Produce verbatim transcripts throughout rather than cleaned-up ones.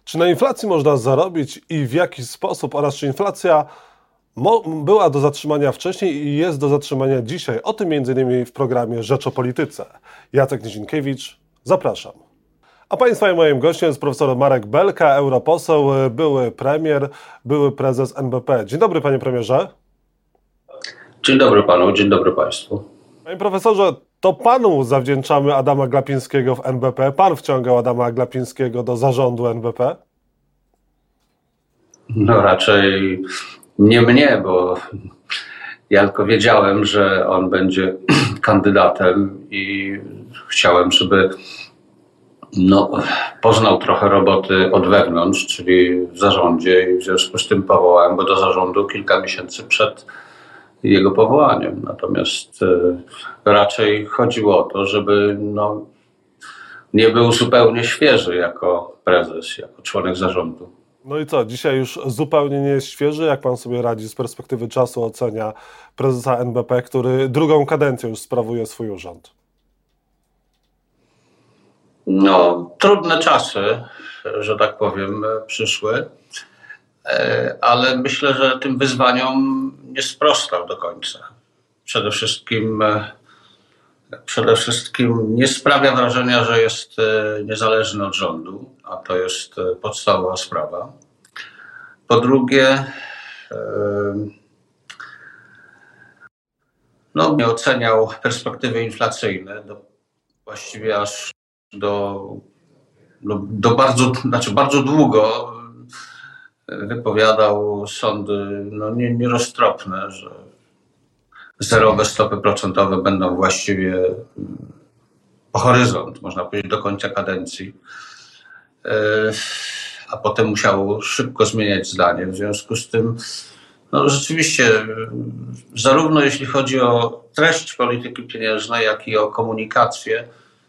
Czy na inflacji można zarobić i w jaki sposób oraz czy inflacja mo- była do zatrzymania wcześniej i jest do zatrzymania dzisiaj? O tym między innymi w programie Rzecz o Polityce. Jacek Nizinkiewicz, zapraszam. A Państwa i moim gościem jest profesor Marek Belka, europoseł, były premier, były prezes N B P. Dzień dobry, panie premierze. Dzień dobry panu, dzień dobry państwu. Panie profesorze, to panu zawdzięczamy Adama Glapińskiego w N B P. Pan wciągał Adama Glapińskiego do zarządu N B P? No raczej nie mnie, bo ja tylko wiedziałem, że on będzie kandydatem i chciałem, żeby no, poznał trochę roboty od wewnątrz, czyli w zarządzie, i w związku z tym powołałem go do zarządu kilka miesięcy przed jego powołaniem. Natomiast e, raczej chodziło o to, żeby no, nie był zupełnie świeży jako prezes, jako członek zarządu. No i co, dzisiaj już zupełnie nie jest świeży? Jak pan sobie radzi z perspektywy czasu, ocenia prezesa N B P, który drugą kadencję już sprawuje swój urząd? No, trudne czasy, że tak powiem, przyszły, ale myślę, że tym wyzwaniom nie sprostał do końca. Przede wszystkim, przede wszystkim nie sprawia wrażenia, że jest niezależny od rządu, a to jest podstawowa sprawa. Po drugie, no, nie oceniał perspektywy inflacyjne, do, właściwie aż do, do, do bardzo, znaczy bardzo długo wypowiadał sądy no, nie, nieroztropne, że zerowe stopy procentowe będą właściwie po horyzont, można powiedzieć, do końca kadencji. A potem musiał szybko zmieniać zdanie. W związku z tym no, rzeczywiście zarówno jeśli chodzi o treść polityki pieniężnej, jak i o komunikację,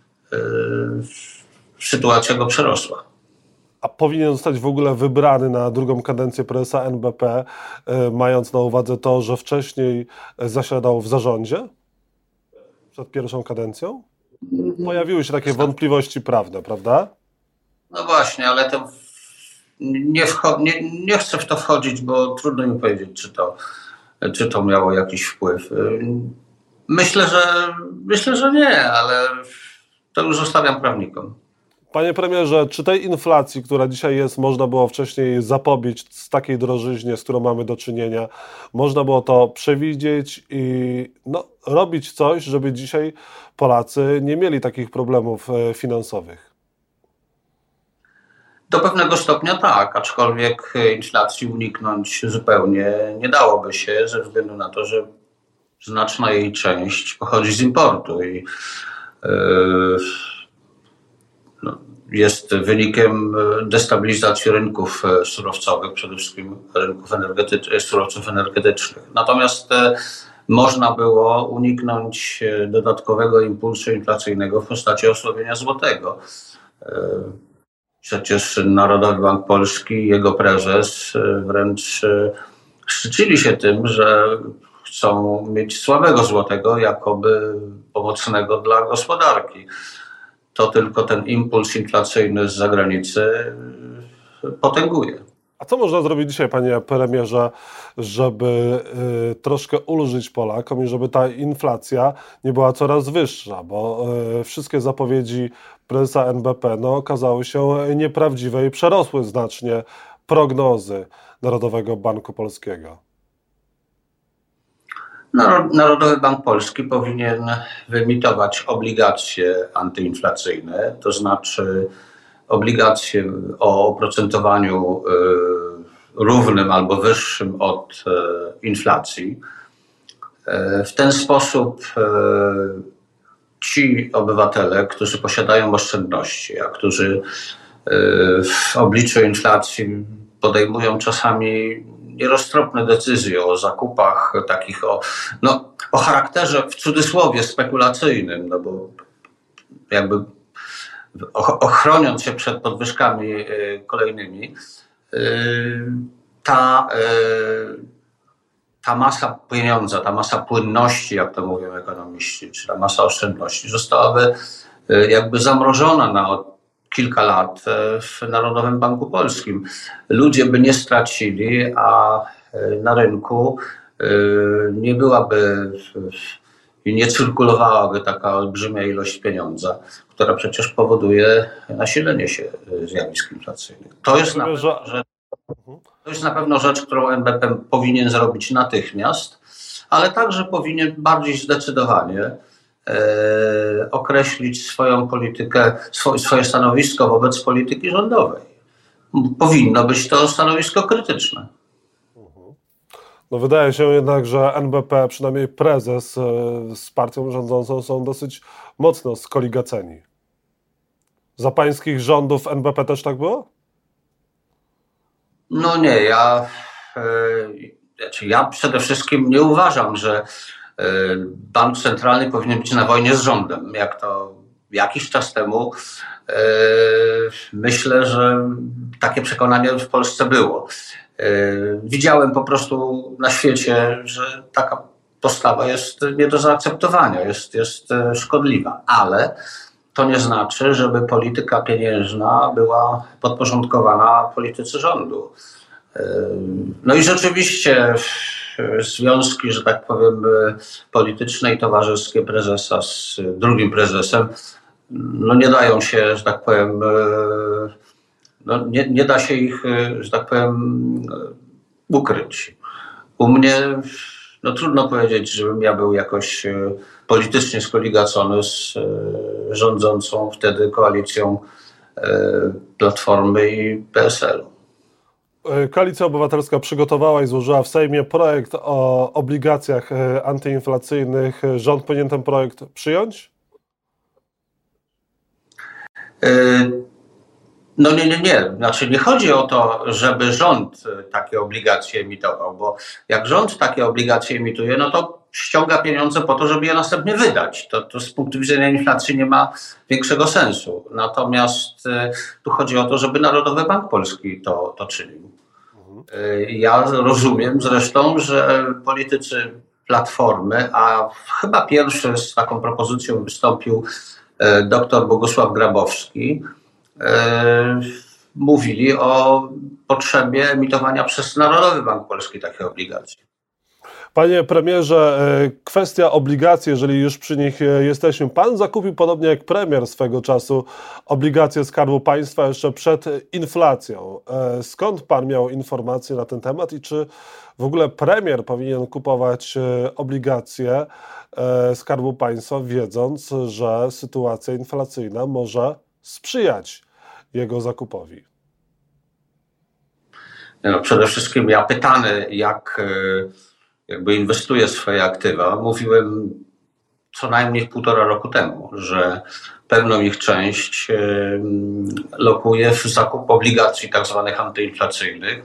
sytuacja go przerosła. A powinien zostać w ogóle wybrany na drugą kadencję prezesa N B P, mając na uwadze to, że wcześniej zasiadał w zarządzie przed pierwszą kadencją? Pojawiły się takie wątpliwości prawne, prawda? No właśnie, ale to nie, wcho- nie, nie chcę w to wchodzić, bo trudno mi powiedzieć, czy to, czy to miało jakiś wpływ. Myślę, że myślę, że nie, ale to już zostawiam prawnikom. Panie premierze, czy tej inflacji, która dzisiaj jest, można było wcześniej zapobiec z takiej drożyźnie, z którą mamy do czynienia? Można było to przewidzieć i no, robić coś, żeby dzisiaj Polacy nie mieli takich problemów finansowych? Do pewnego stopnia tak, aczkolwiek inflacji uniknąć zupełnie nie dałoby się ze względu na to, że znaczna jej część pochodzi z importu i yy, no, jest wynikiem destabilizacji rynków surowcowych, przede wszystkim rynków energetycznych, surowców energetycznych. Natomiast e, można było uniknąć dodatkowego impulsu inflacyjnego w postaci osłabienia złotego. E, Przecież Narodowy Bank Polski i jego prezes wręcz szczycili się tym, że chcą mieć słabego złotego, jakoby pomocnego dla gospodarki. To tylko ten impuls inflacyjny z zagranicy potęguje. A co można zrobić dzisiaj, panie premierze, żeby y, troszkę ulżyć Polakom i żeby ta inflacja nie była coraz wyższa, bo y, wszystkie zapowiedzi prezesa N B P no, okazały się nieprawdziwe i przerosły znacznie prognozy Narodowego Banku Polskiego. Narodowy Bank Polski powinien wyemitować obligacje antyinflacyjne, to znaczy obligacje o oprocentowaniu równym albo wyższym od inflacji. W ten sposób ci obywatele, którzy posiadają oszczędności, a którzy w obliczu inflacji podejmują czasami nieroztropne decyzje o zakupach takich o, no, o charakterze w cudzysłowie spekulacyjnym, no bo jakby ochroniąc się przed podwyżkami kolejnymi, ta, ta masa pieniądza, ta masa płynności, jak to mówią ekonomiści, czy ta masa oszczędności zostałaby jakby zamrożona na kilka lat w Narodowym Banku Polskim. Ludzie by nie stracili, a na rynku nie byłaby i nie cyrkulowałaby taka olbrzymia ilość pieniądza, która przecież powoduje nasilenie się zjawisk inflacyjnych. To jest, na pewno rzecz, to jest na pewno rzecz, którą N B P powinien zrobić natychmiast, ale także powinien bardziej zdecydowanie e, określić swoją politykę, swo, swoje stanowisko wobec polityki rządowej. Powinno być to stanowisko krytyczne. No wydaje się jednak, że N B P, przynajmniej prezes z partią rządzącą są dosyć mocno skoligaceni. Za pańskich rządów N B P też tak było? No nie, ja, znaczy ja przede wszystkim nie uważam, że bank centralny powinien być na wojnie z rządem. Jak to jakiś czas temu myślę, że takie przekonanie w Polsce było. Widziałem po prostu na świecie, że taka postawa jest nie do zaakceptowania, jest, jest szkodliwa, ale to nie znaczy, żeby polityka pieniężna była podporządkowana polityce rządu. No i rzeczywiście związki, że tak powiem, polityczne i towarzyskie prezesa z drugim prezesem, no nie dają się, że tak powiem, no nie, nie da się ich, że tak powiem, ukryć. U mnie no trudno powiedzieć, żebym ja był jakoś politycznie skoligacony z rządzącą wtedy koalicją Platformy i P S L-u. Koalicja Obywatelska przygotowała i złożyła w Sejmie projekt o obligacjach antyinflacyjnych. Rząd powinien ten projekt przyjąć? No nie, nie, nie. Znaczy nie chodzi o to, żeby rząd takie obligacje emitował, bo jak rząd takie obligacje emituje, no to ściąga pieniądze po to, żeby je następnie wydać. To, to z punktu widzenia inflacji nie ma większego sensu. Natomiast y, tu chodzi o to, żeby Narodowy Bank Polski to, to czynił. Y, ja rozumiem zresztą, że politycy Platformy, a chyba pierwszy z taką propozycją wystąpił y, dr Bogusław Grabowski, mówili o potrzebie emitowania przez Narodowy Bank Polski takich obligacji. Panie premierze, kwestia obligacji, jeżeli już przy nich jesteśmy. Pan zakupił, podobnie jak premier swego czasu, obligacje Skarbu Państwa jeszcze przed inflacją. Skąd pan miał informacje na ten temat i czy w ogóle premier powinien kupować obligacje Skarbu Państwa, wiedząc, że sytuacja inflacyjna może sprzyjać jego zakupowi? No, przede wszystkim ja pytany, jak jakby inwestuję swoje aktywa, mówiłem co najmniej półtora roku temu, że pewną ich część lokuję w zakup obligacji tak zwanych antyinflacyjnych,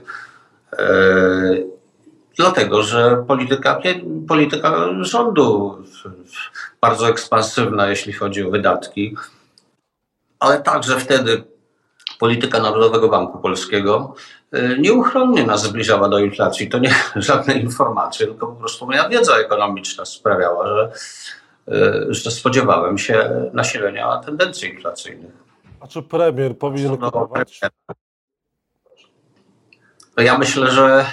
dlatego że polityka, polityka rządu bardzo ekspansywna, jeśli chodzi o wydatki, ale także wtedy polityka Narodowego Banku Polskiego nieuchronnie nas zbliżała do inflacji. To nie żadne informacje, tylko po prostu moja wiedza ekonomiczna sprawiała, że, że spodziewałem się nasilenia tendencji inflacyjnych. A czy premier powinien kupować? Ja myślę, że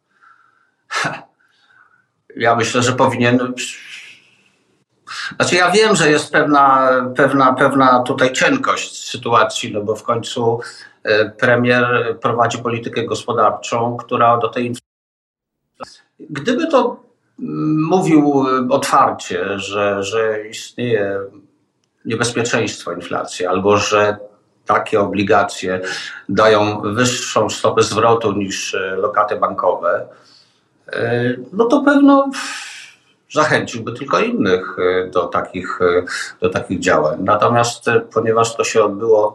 ja myślę, że powinien. Znaczy ja wiem, że jest pewna, pewna, pewna tutaj cienkość sytuacji, no bo w końcu premier prowadzi politykę gospodarczą, która do tej inflacji. Gdyby to mówił otwarcie, że, że istnieje niebezpieczeństwo inflacji, albo że takie obligacje dają wyższą stopę zwrotu niż lokaty bankowe, no to pewno zachęciłby tylko innych do takich, do takich działań. Natomiast ponieważ to się odbyło,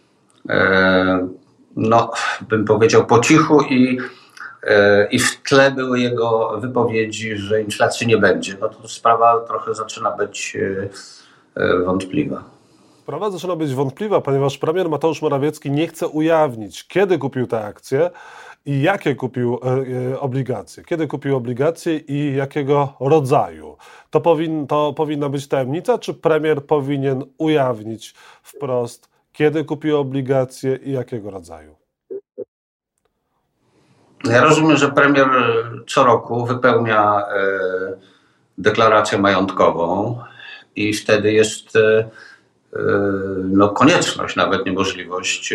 no bym powiedział po cichu i, i w tle były jego wypowiedzi, że inflacji nie będzie, no to sprawa trochę zaczyna być wątpliwa. Sprawa zaczyna być wątpliwa, ponieważ premier Mateusz Morawiecki nie chce ujawnić, kiedy kupił te akcje i jakie kupił e, obligacje. Kiedy kupił obligacje i jakiego rodzaju. To, powin, to powinna być tajemnica, czy premier powinien ujawnić wprost, Kiedy kupił obligacje i jakiego rodzaju? Ja rozumiem, że premier co roku wypełnia deklarację majątkową i wtedy jest no, konieczność, nawet niemożliwość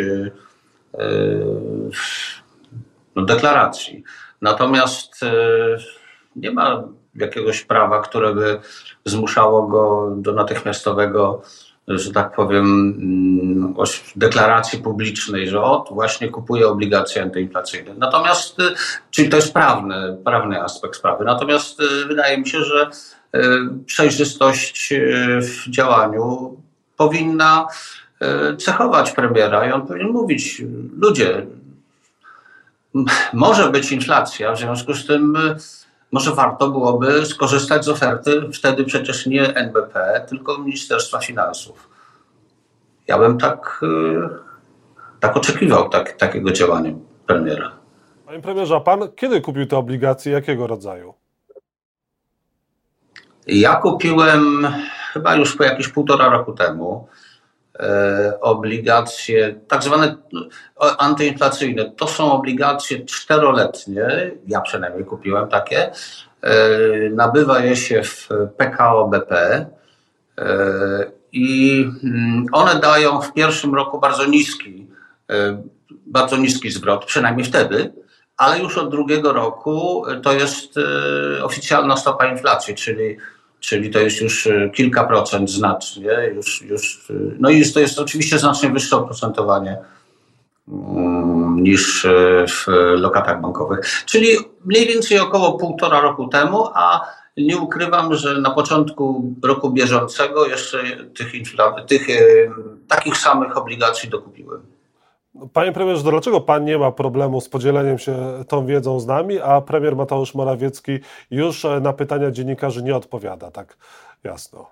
no, deklaracji. Natomiast nie ma jakiegoś prawa, które by zmuszało go do natychmiastowego, że tak powiem, deklaracji publicznej, że o, właśnie kupuje obligacje antyinflacyjne. Natomiast, czyli to jest prawny, prawny aspekt sprawy. Natomiast wydaje mi się, że przejrzystość w działaniu powinna cechować premiera i on powinien mówić, ludzie, może być inflacja, w związku z tym może warto byłoby skorzystać z oferty wtedy przecież nie N B P, tylko Ministerstwa Finansów. Ja bym tak, tak oczekiwał tak, takiego działania premiera. Panie premierze, a pan kiedy kupił te obligacje, jakiego rodzaju? Ja kupiłem chyba już po jakieś półtora roku temu e, obligacje tak zwane antyinflacyjne. To są obligacje czteroletnie, ja przynajmniej kupiłem takie. E, nabywa je się w P K O B P e, i one dają w pierwszym roku bardzo niski, e, bardzo niski zwrot, przynajmniej wtedy, ale już od drugiego roku to jest e, oficjalna stopa inflacji, czyli Czyli to jest już kilka procent znacznie, już, już, no i jest, to jest oczywiście znacznie wyższe oprocentowanie niż w lokatach bankowych. Czyli mniej więcej około półtora roku temu, a nie ukrywam, że na początku roku bieżącego jeszcze tych, tych takich samych obligacji dokupiłem. Panie premierze, dlaczego pan nie ma problemu z podzieleniem się tą wiedzą z nami, a premier Mateusz Morawiecki już na pytania dziennikarzy nie odpowiada tak jasno?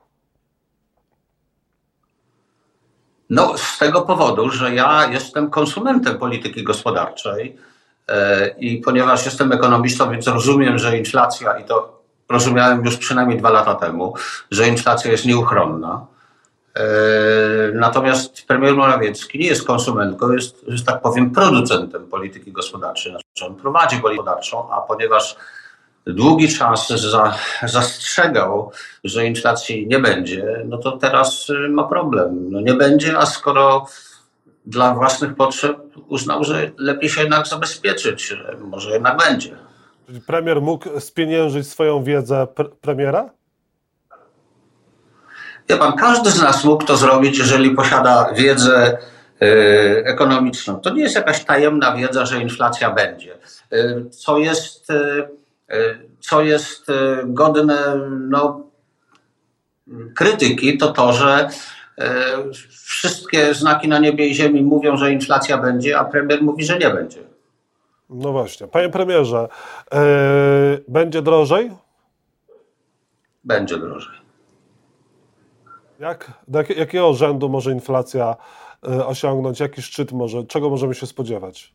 No z tego powodu, że ja jestem konsumentem polityki gospodarczej i ponieważ jestem ekonomistą, więc rozumiem, że inflacja, i to rozumiałem już przynajmniej dwa lata temu, że inflacja jest nieuchronna. Natomiast premier Morawiecki nie jest konsumentką, jest, że tak powiem, producentem polityki gospodarczej. Znaczy on prowadzi politykę gospodarczą, a ponieważ długi czas za, zastrzegał, że inflacji nie będzie, no to teraz ma problem. No nie będzie, a skoro dla własnych potrzeb uznał, że lepiej się jednak zabezpieczyć, że może jednak będzie. Czyli premier mógł spieniężyć swoją wiedzę pre- premiera? Wie pan, każdy z nas mógł to zrobić, jeżeli posiada wiedzę y, ekonomiczną. To nie jest jakaś tajemna wiedza, że inflacja będzie. Y, co jest, y, co jest y, godne no, krytyki, to to, że y, wszystkie znaki na niebie i ziemi mówią, że inflacja będzie, a premier mówi, że nie będzie. No właśnie. Panie premierze, yy, będzie drożej? Będzie drożej. Jak, do jak, jakiego rzędu może inflacja y, osiągnąć? Jaki szczyt może? Czego możemy się spodziewać?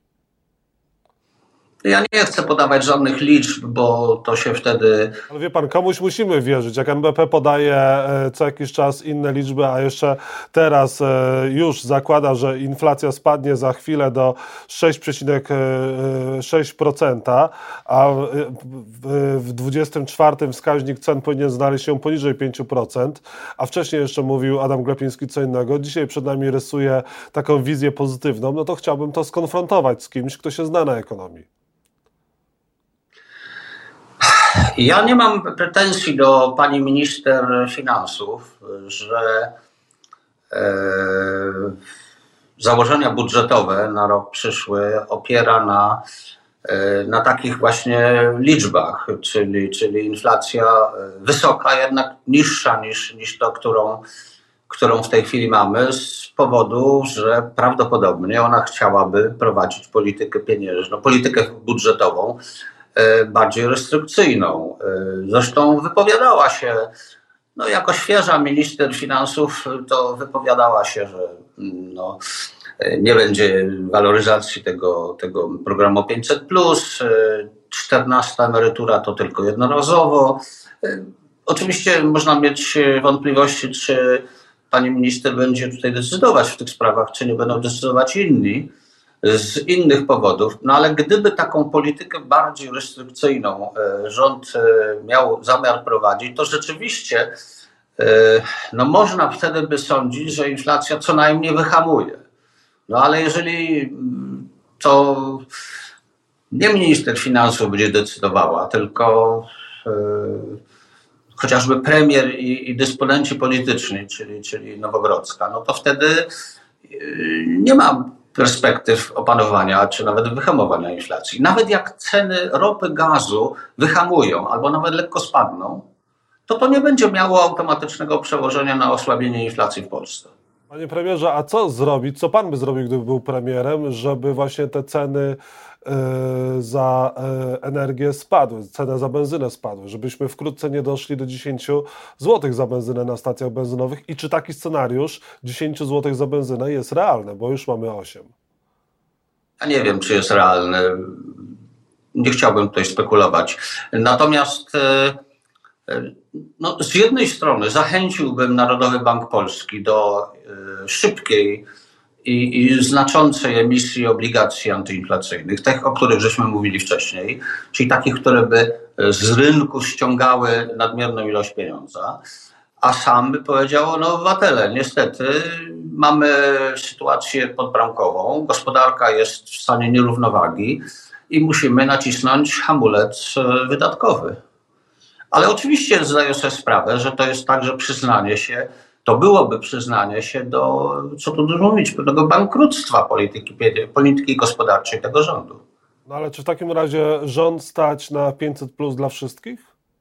Ja nie chcę podawać żadnych liczb, bo to się wtedy... Ale wie pan, komuś musimy wierzyć. Jak N B P podaje co jakiś czas inne liczby, a jeszcze teraz już zakłada, że inflacja spadnie za chwilę do sześć przecinek sześć procent, a w dwudziestym czwartym wskaźnik cen powinien znaleźć się poniżej pięć procent, a wcześniej jeszcze mówił Adam Glapiński co innego. Dzisiaj przed nami rysuje taką wizję pozytywną, no to chciałbym to skonfrontować z kimś, kto się zna na ekonomii. Ja nie mam pretensji do pani minister finansów, że e, założenia budżetowe na rok przyszły opiera na, e, na takich właśnie liczbach, czyli, czyli inflacja wysoka, jednak niższa niż, niż to, którą, którą w tej chwili mamy, z powodu, że prawdopodobnie ona chciałaby prowadzić politykę pieniężną, politykę budżetową bardziej restrykcyjną. Zresztą wypowiadała się, no jako świeża minister finansów, to wypowiadała się, że no, nie będzie waloryzacji tego, tego programu pięćset plus, czternasta emerytura to tylko jednorazowo. Oczywiście można mieć wątpliwości, czy pani minister będzie tutaj decydować w tych sprawach, czy nie będą decydować inni z innych powodów. No ale gdyby taką politykę bardziej restrykcyjną rząd miał zamiar prowadzić, to rzeczywiście no można wtedy by sądzić, że inflacja co najmniej wyhamuje. No ale jeżeli to nie minister finansów będzie decydowała, tylko yy, chociażby premier i, i dysponenci polityczni, czyli, czyli Nowogrodzka, no to wtedy yy, nie ma perspektyw opanowania, czy nawet wyhamowania inflacji. Nawet jak ceny ropy, gazu wyhamują, albo nawet lekko spadną, to to nie będzie miało automatycznego przełożenia na osłabienie inflacji w Polsce. Panie premierze, a co zrobić, co pan by zrobił, gdyby był premierem, żeby właśnie te ceny y, za y, energię spadły, ceny za benzynę spadły, żebyśmy wkrótce nie doszli do dziesięć złotych za benzynę na stacjach benzynowych i czy taki scenariusz dziesięć złotych za benzynę jest realny, bo już mamy osiem? Ja nie wiem, czy jest realny. Nie chciałbym tutaj spekulować. Natomiast y, no, z jednej strony zachęciłbym Narodowy Bank Polski do y, szybkiej i, i znaczącej emisji obligacji antyinflacyjnych, tych, o których żeśmy mówili wcześniej, czyli takich, które by z rynku ściągały nadmierną ilość pieniądza, a sam by powiedział, no obywatele, niestety mamy sytuację podbramkową, gospodarka jest w stanie nierównowagi i musimy nacisnąć hamulec wydatkowy. Ale oczywiście zdaję sobie sprawę, że to jest także przyznanie się, to byłoby przyznanie się do, co tu dużo mówić, pewnego bankructwa polityki, polityki gospodarczej tego rządu. No ale czy w takim razie rząd stać na pięćset plus dla wszystkich?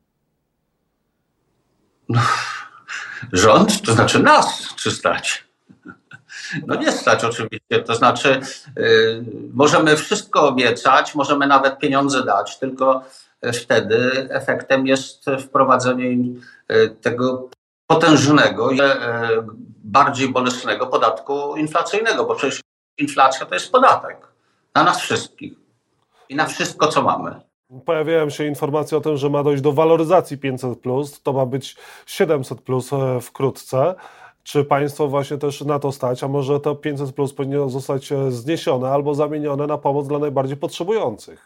No, rząd, to znaczy nas, czy stać? No nie stać oczywiście, to znaczy yy, możemy wszystko obiecać, możemy nawet pieniądze dać, tylko wtedy efektem jest wprowadzenie tego potężnego i bardziej bolesnego podatku inflacyjnego, bo przecież inflacja to jest podatek na nas wszystkich i na wszystko, co mamy. Pojawiają się informacje o tym, że ma dojść do waloryzacji pięćset plus, to ma być siedemset plus wkrótce. Czy państwo właśnie też na to stać, a może to pięćset plus powinno zostać zniesione albo zamienione na pomoc dla najbardziej potrzebujących?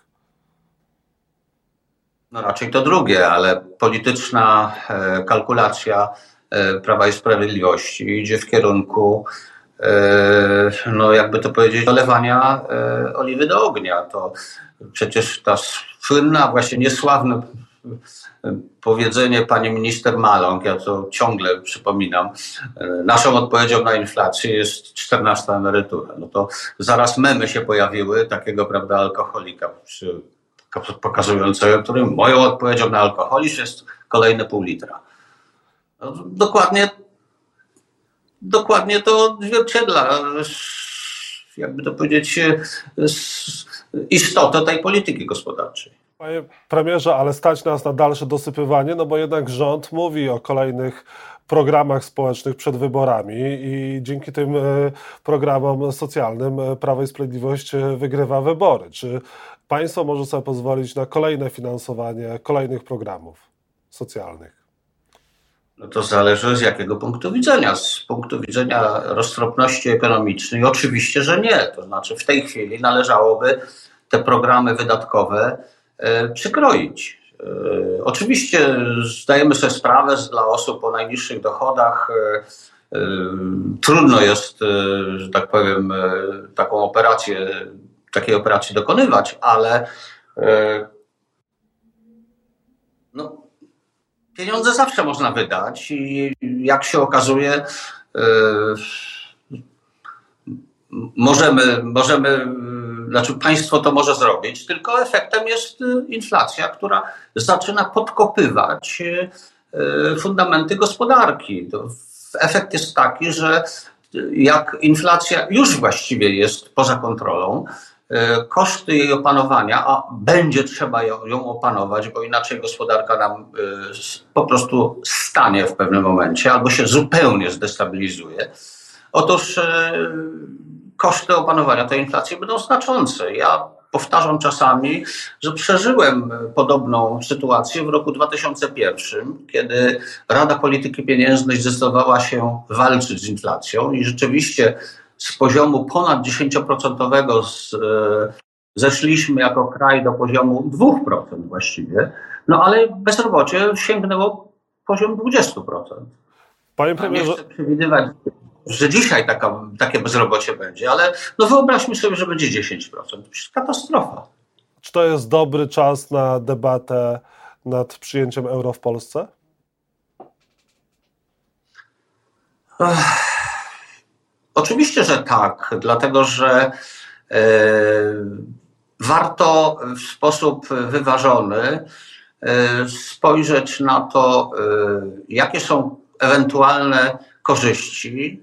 No raczej to drugie, ale polityczna kalkulacja Prawa i Sprawiedliwości idzie w kierunku, no jakby to powiedzieć, dolewania oliwy do ognia. To przecież ta słynna, właśnie niesławne powiedzenie pani minister Maląg, ja to ciągle przypominam, naszą odpowiedzią na inflację jest czternasta emerytura. No to zaraz memy się pojawiły takiego, prawda, alkoholika przy pokazującego, którym moją odpowiedzią na alkoholizm jest kolejne pół litra. No, dokładnie, dokładnie to odzwierciedla, jakby to powiedzieć, istotę tej polityki gospodarczej. Panie premierze, ale stać nas na dalsze dosypywanie, no bo jednak rząd mówi o kolejnych programach społecznych przed wyborami i dzięki tym programom socjalnym Prawo i Sprawiedliwość wygrywa wybory. Czy państwo może sobie pozwolić na kolejne finansowanie kolejnych programów socjalnych? No to zależy z jakiego punktu widzenia. Z punktu widzenia roztropności ekonomicznej oczywiście, że nie. To znaczy w tej chwili należałoby te programy wydatkowe e, przykroić. E, oczywiście zdajemy sobie sprawę, że dla osób o najniższych dochodach e, e, trudno jest, e, że tak powiem, e, taką operację, takiej operacji dokonywać, ale e, no, pieniądze zawsze można wydać i jak się okazuje, yy, możemy, możemy, znaczy państwo to może zrobić, tylko efektem jest inflacja, która zaczyna podkopywać yy, fundamenty gospodarki. To efekt jest taki, że jak inflacja już właściwie jest poza kontrolą, koszty jej opanowania, a będzie trzeba ją, ją opanować, bo inaczej gospodarka nam y, po prostu stanie w pewnym momencie albo się zupełnie zdestabilizuje. Otóż y, koszty opanowania tej inflacji będą znaczące. Ja powtarzam czasami, że przeżyłem podobną sytuację w roku dwa tysiące pierwszym, kiedy Rada Polityki Pieniężnej zdecydowała się walczyć z inflacją i rzeczywiście z poziomu ponad dziesięć procent z, e, zeszliśmy jako kraj do poziomu dwa procent właściwie, no ale bezrobocie sięgnęło poziom dwadzieścia procent. Panie premierze... Nie chcę przewidywać, że dzisiaj taka, takie bezrobocie będzie, ale no wyobraźmy sobie, że będzie dziesięć procent. To jest katastrofa. Czy to jest dobry czas na debatę nad przyjęciem euro w Polsce? Ech, oczywiście, że tak, dlatego że e, warto w sposób wyważony e, spojrzeć na to, e, jakie są ewentualne korzyści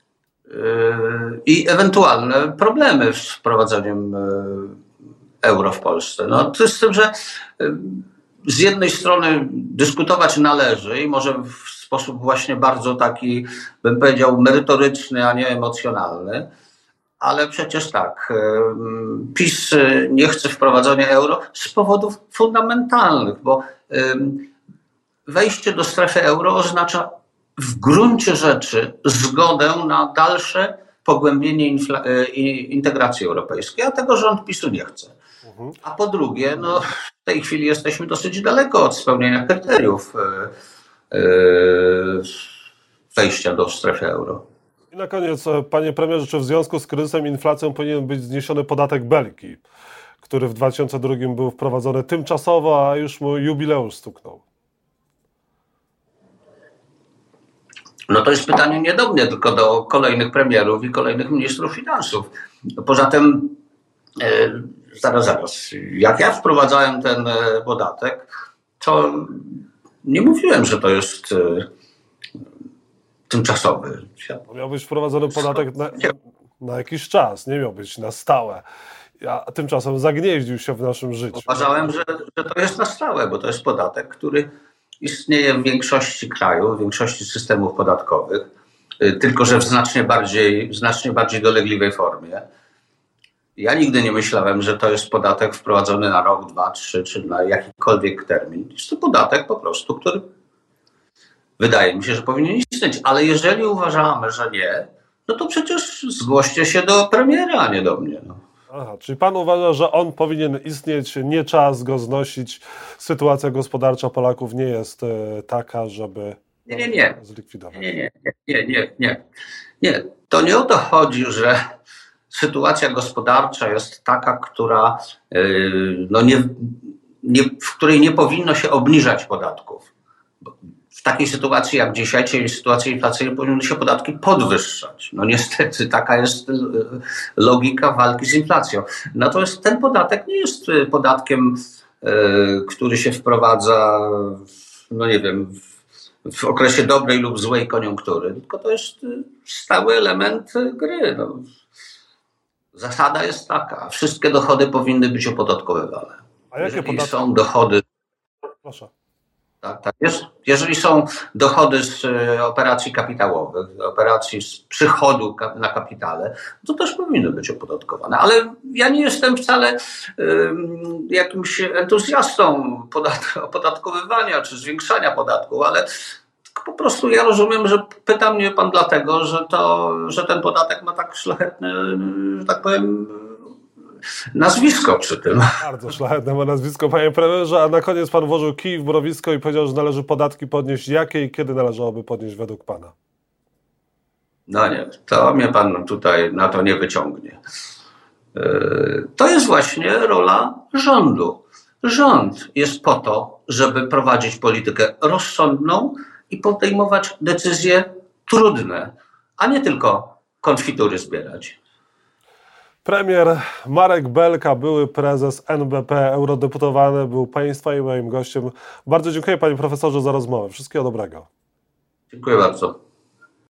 i ewentualne problemy z wprowadzeniem euro w Polsce. No, to jest z tym, że z jednej strony dyskutować należy i może w sposób właśnie bardzo taki, bym powiedział, merytoryczny, a nie emocjonalny, ale przecież tak, PiS nie chce wprowadzenia euro z powodów fundamentalnych, bo wejście do strefy euro oznacza w gruncie rzeczy zgodę na dalsze pogłębienie infla- integracji europejskiej, a tego rząd PiSu nie chce. A po drugie, no, w tej chwili jesteśmy dosyć daleko od spełnienia kryteriów wejścia do strefy euro. I na koniec, panie premierze, czy w związku z kryzysem i inflacją powinien być zniesiony podatek Belki, który w dwa tysiące drugim był wprowadzony tymczasowo, a już mu jubileusz stuknął? No to jest pytanie nie do mnie, tylko do kolejnych premierów i kolejnych ministrów finansów. Poza tym, e, zaraz, zaraz, jak ja wprowadzałem ten podatek, to nie mówiłem, że to jest e, tymczasowy. Miał być wprowadzony podatek na, na jakiś czas, nie miał być na stałe. A tymczasem zagnieździł się w naszym życiu. Uważałem, że, że to jest na stałe, bo to jest podatek, który istnieje w większości krajów, w większości systemów podatkowych, tylko że w znacznie bardziej, w znacznie bardziej dolegliwej formie. Ja nigdy nie myślałem, że to jest podatek wprowadzony na rok, dwa, trzy, czy na jakikolwiek termin. Jest to podatek po prostu, który wydaje mi się, że powinien istnieć. Ale jeżeli uważamy, że nie, no to przecież zgłoście się do premiera, a nie do mnie. No. Aha, czyli pan uważa, że on powinien istnieć, nie czas go znosić, sytuacja gospodarcza Polaków nie jest e, taka, żeby nie, nie, nie. zlikwidować. Nie, nie, nie, nie, nie. Nie, to nie o to chodzi, że sytuacja gospodarcza jest taka, która, yy, no nie, nie, w której nie powinno się obniżać podatków. W takiej sytuacji jak dzisiaj, czyli sytuacji inflacyjnej, powinny się podatki podwyższać. No niestety taka jest logika walki z inflacją. Natomiast ten podatek nie jest podatkiem, który się wprowadza, no nie wiem, w okresie dobrej lub złej koniunktury, tylko to jest stały element gry. No. Zasada jest taka, wszystkie dochody powinny być opodatkowywane. A jakie Jeżeli podatki? są dochody... Proszę. Tak, tak. Jeżeli są dochody z operacji kapitałowych, operacji z przychodu na kapitale, to też powinny być opodatkowane. Ale ja nie jestem wcale um, jakimś entuzjastą podat- opodatkowywania czy zwiększania podatków, ale po prostu ja rozumiem, że pyta mnie pan dlatego, że, to, że ten podatek ma tak szlachetne, że tak powiem, nazwisko przy tym. Bardzo szlachetne ma nazwisko, panie premierze, a na koniec pan włożył kij w mrowisko i powiedział, że należy podatki podnieść. Jakie i kiedy należałoby podnieść według pana? No nie, to mnie pan tutaj na to nie wyciągnie. To jest właśnie rola rządu. Rząd jest po to, żeby prowadzić politykę rozsądną i podejmować decyzje trudne, a nie tylko konfitury zbierać. Premier Marek Belka, były prezes N B P, eurodeputowany, był państwa i moim gościem. Bardzo dziękuję, panie profesorze, za rozmowę. Wszystkiego dobrego. Dziękuję bardzo.